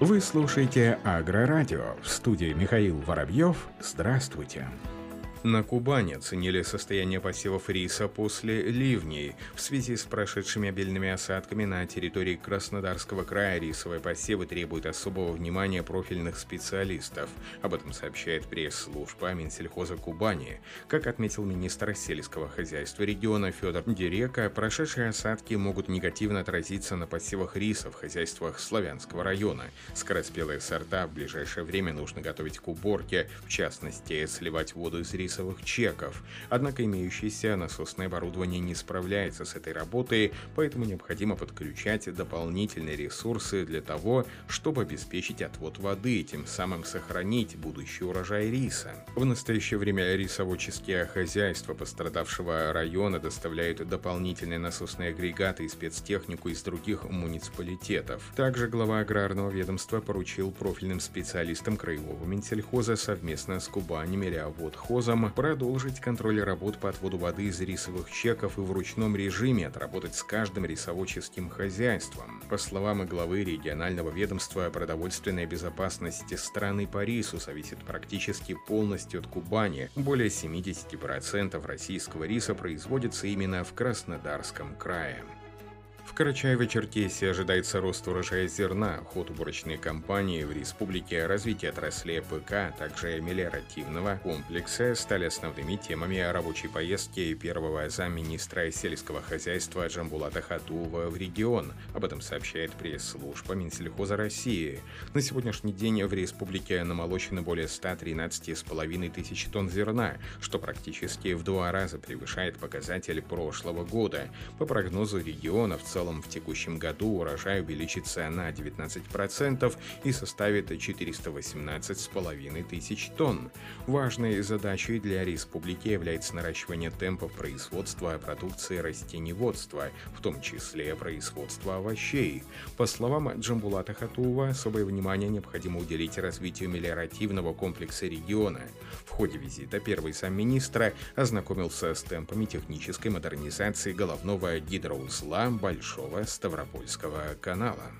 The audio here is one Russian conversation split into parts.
Вы слушаете Агрорадио. В студии Михаил Воробьев. Здравствуйте. На Кубани оценили состояние посевов риса после ливней. В связи с прошедшими обильными осадками на территории Краснодарского края рисовые посевы требуют особого внимания профильных специалистов. Об этом сообщает пресс-служба Минсельхоза Кубани. Как отметил министр сельского хозяйства региона Федор Дерека, прошедшие осадки могут негативно отразиться на посевах риса в хозяйствах Славянского района. Скороспелые сорта в ближайшее время нужно готовить к уборке, в частности, сливать воду из рисовых чеков. Однако имеющееся насосное оборудование не справляется с этой работой, поэтому необходимо подключать дополнительные ресурсы для того, чтобы обеспечить отвод воды и тем самым сохранить будущий урожай риса. В настоящее время рисоводческие хозяйства пострадавшего района доставляют дополнительные насосные агрегаты и спецтехнику из других муниципалитетов. Также глава аграрного ведомства поручил профильным специалистам краевого Минсельхоза совместно с Кубанью-Мелиоводхозом продолжить контроль работ по отводу воды из рисовых чеков и в ручном режиме отработать с каждым рисоводческим хозяйством. По словам главы регионального ведомства, продовольственная безопасность страны по рису зависит практически полностью от Кубани. Более 70% российского риса производится именно в Краснодарском крае. В Карачаево-Черкесии ожидается рост урожая зерна. Ход уборочной кампании в республике, развитие отрасли ПК, а также мелиоративного комплекса стали основными темами рабочей поездки первого замминистра сельского хозяйства Джамбулата Хатуова в регион. Об этом сообщает пресс-служба Минсельхоза России. На сегодняшний день в республике намолочено более 113,5 тысяч тонн зерна, что практически в 2 раза превышает показатель прошлого года. По прогнозу региона, в целом в текущем году урожай увеличится на 19% и составит 418,5 тысяч тонн. Важной задачей для республики является наращивание темпов производства продукции растениеводства, в том числе производства овощей. По словам Джамбулата Хатуова, особое внимание необходимо уделить развитию мелиоративного комплекса региона. В ходе визита первый замминистра ознакомился с темпами технической модернизации головного гидроузла Большого Ставропольского канала.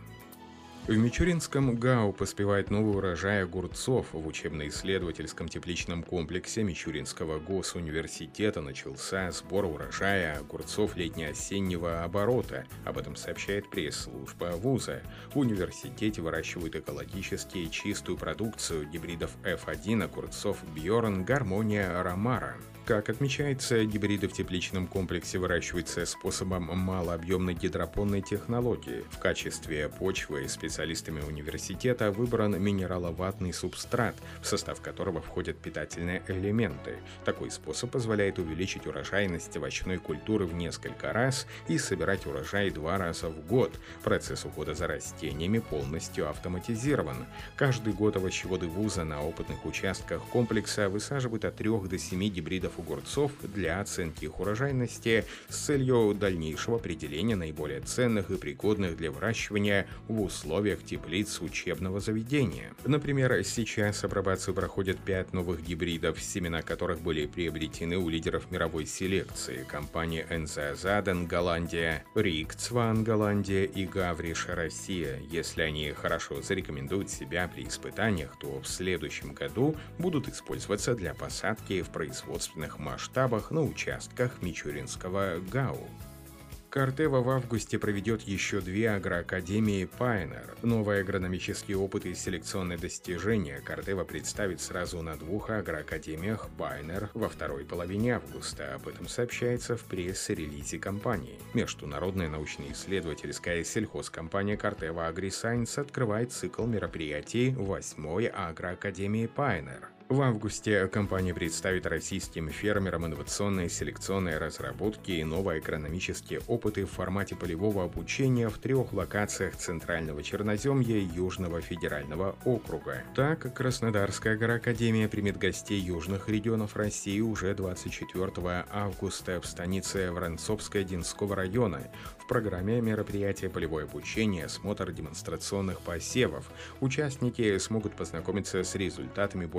В Мичуринском ГАУ поспевает новый урожай огурцов. В учебно-исследовательском тепличном комплексе Мичуринского госуниверситета начался сбор урожая огурцов летне-осеннего оборота. Об этом сообщает пресс-служба вуза. В университете выращивают экологически чистую продукцию гибридов F1 огурцов Бьорн, Гармония, Ромара. Как отмечается, гибриды в тепличном комплексе выращиваются способом малообъемной гидропонной технологии. В качестве почвы специалистами университета выбран минераловатный субстрат, в состав которого входят питательные элементы. Такой способ позволяет увеличить урожайность овощной культуры в несколько раз и собирать урожай 2 раза в год. Процесс ухода за растениями полностью автоматизирован. Каждый год овощеводы вуза на опытных участках комплекса высаживают от 3 до 7 гибридов огурцов для оценки их урожайности с целью дальнейшего определения наиболее ценных и пригодных для выращивания в условиях теплиц учебного заведения. Например, сейчас апробацию проходят 5 новых гибридов, семена которых были приобретены у лидеров мировой селекции: компании Энзазаден, Голландия, Рикцван, Голландия и Гавриш, Россия. Если они хорошо зарекомендуют себя при испытаниях, то в следующем году будут использоваться для посадки в производственных масштабах на участках Мичуринского ГАУ. Картева в августе проведет еще 2 агроакадемии Пайнер. Новые агрономические опыты и селекционные достижения Картева представит сразу на 2 агроакадемиях Пайнер во второй половине августа. Об этом сообщается в пресс-релизе компании. Международная научно-исследовательская сельхозкомпания Картева Агрисайнс открывает цикл мероприятий 8-й агроакадемии Пайнер. В августе компания представит российским фермерам инновационные селекционные разработки и новые агрономические опыты в формате полевого обучения в 3 локациях Центрального Черноземья и Южного федерального округа. Так, Краснодарская агроакадемия примет гостей южных регионов России уже 24 августа в станице Воронцовска-Динского района. В программе мероприятия полевое обучение, осмотр демонстрационных посевов. Участники смогут познакомиться с результатами более 30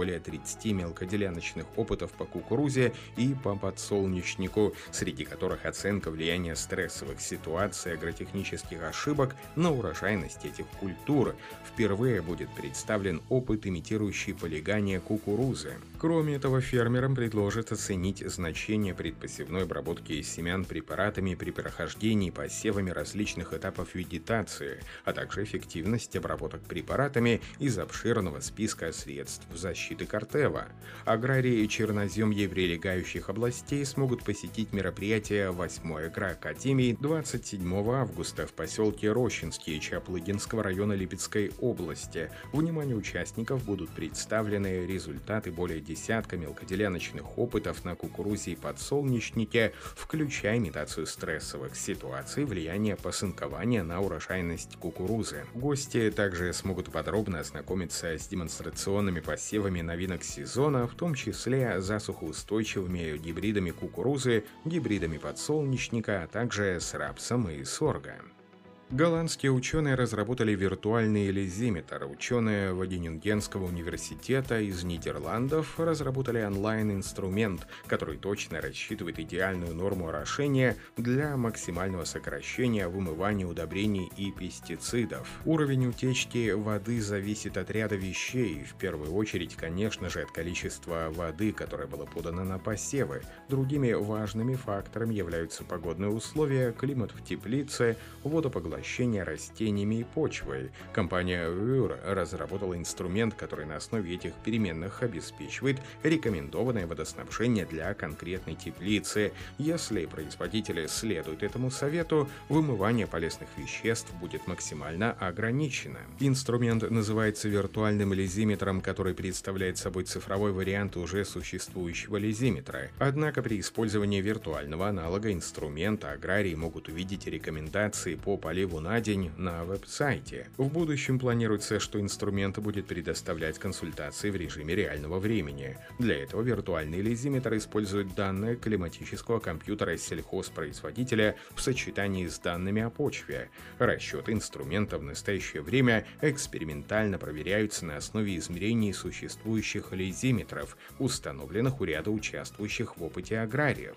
30 мелкоделяночных опытов по кукурузе и по подсолнечнику, среди которых оценка влияния стрессовых ситуаций и агротехнических ошибок на урожайность этих культур. Впервые будет представлен опыт, имитирующий полигание кукурузы. Кроме этого, фермерам предложат оценить значение предпосевной обработки семян препаратами при прохождении посевами различных этапов вегетации, а также эффективность обработок препаратами из обширного списка средств защиты Кортева. Аграрии черноземья прилегающих областей смогут посетить мероприятие 8-й агроакадемии 27 августа в поселке Рощинский Чаплыгинского района Липецкой области. Вниманию участников будут представлены результаты более десятка мелкоделяночных опытов на кукурузе и подсолнечнике, включая имитацию стрессовых ситуаций, влияние посынкования на урожайность кукурузы. Гости также смогут подробно ознакомиться с демонстрационными посевами новинок сезона, в том числе засухоустойчивыми гибридами кукурузы, гибридами подсолнечника, а также с рапсом и сорго. Голландские ученые разработали виртуальный лизиметр. Ученые Вагенингенского университета из Нидерландов разработали онлайн-инструмент, который точно рассчитывает идеальную норму орошения для максимального сокращения вымывания удобрений и пестицидов. Уровень утечки воды зависит от ряда вещей, в первую очередь, конечно же, от количества воды, которое было подано на посевы. Другими важными факторами являются погодные условия, климат в теплице, водопоглощение растениями и почвой. Компания Ur разработала инструмент, который на основе этих переменных обеспечивает рекомендованное водоснабжение для конкретной теплицы. Если производители следуют этому совету, вымывание полезных веществ будет максимально ограничено. Инструмент называется виртуальным лизиметром, который представляет собой цифровой вариант уже существующего лизиметра. Однако при использовании виртуального аналога инструмента аграрии могут увидеть рекомендации по поливу на день на веб-сайте. В будущем планируется, что инструмент будет предоставлять консультации в режиме реального времени. Для этого виртуальный лизиметр использует данные климатического компьютера сельхозпроизводителя в сочетании с данными о почве. Расчеты инструмента в настоящее время экспериментально проверяются на основе измерений существующих лизиметров, установленных у ряда участвующих в опыте аграриев.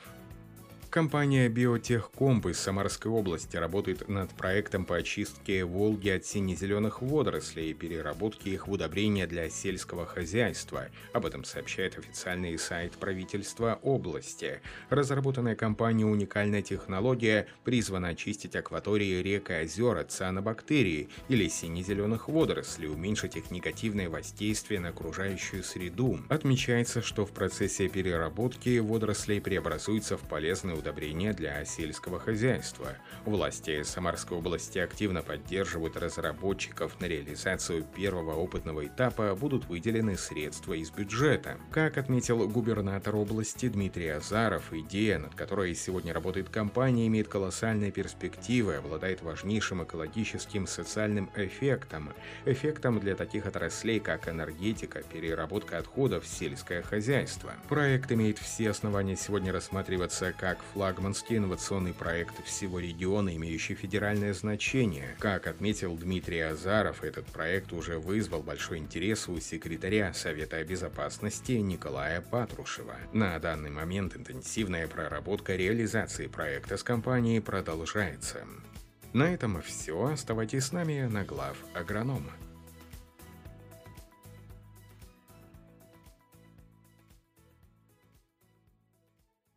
Компания «Биотехкомп» из Самарской области работает над проектом по очистке Волги от сине-зеленых водорослей и переработке их в удобрения для сельского хозяйства. Об этом сообщает официальный сайт правительства области. Разработанная компанией уникальная технология призвана очистить акватории рек и озер от цианобактерий или сине-зеленых водорослей, уменьшить их негативное воздействие на окружающую среду. Отмечается, что в процессе переработки водорослей преобразуются в полезные удобрения для сельского хозяйства. Власти Самарской области активно поддерживают разработчиков. На реализацию первого опытного этапа будут выделены средства из бюджета. Как отметил губернатор области Дмитрий Азаров, идея, над которой сегодня работает компания, имеет колоссальные перспективы, обладает важнейшим экологическим социальным эффектом для таких отраслей, как энергетика, переработка отходов, сельское хозяйство. Проект имеет все основания сегодня рассматриваться как флагманский инновационный проект всего региона, имеющий федеральное значение. Как отметил Дмитрий Азаров, этот проект уже вызвал большой интерес у секретаря Совета безопасности Николая Патрушева. На данный момент интенсивная проработка реализации проекта с компанией продолжается. На этом все. Оставайтесь с нами на Глав Агроном.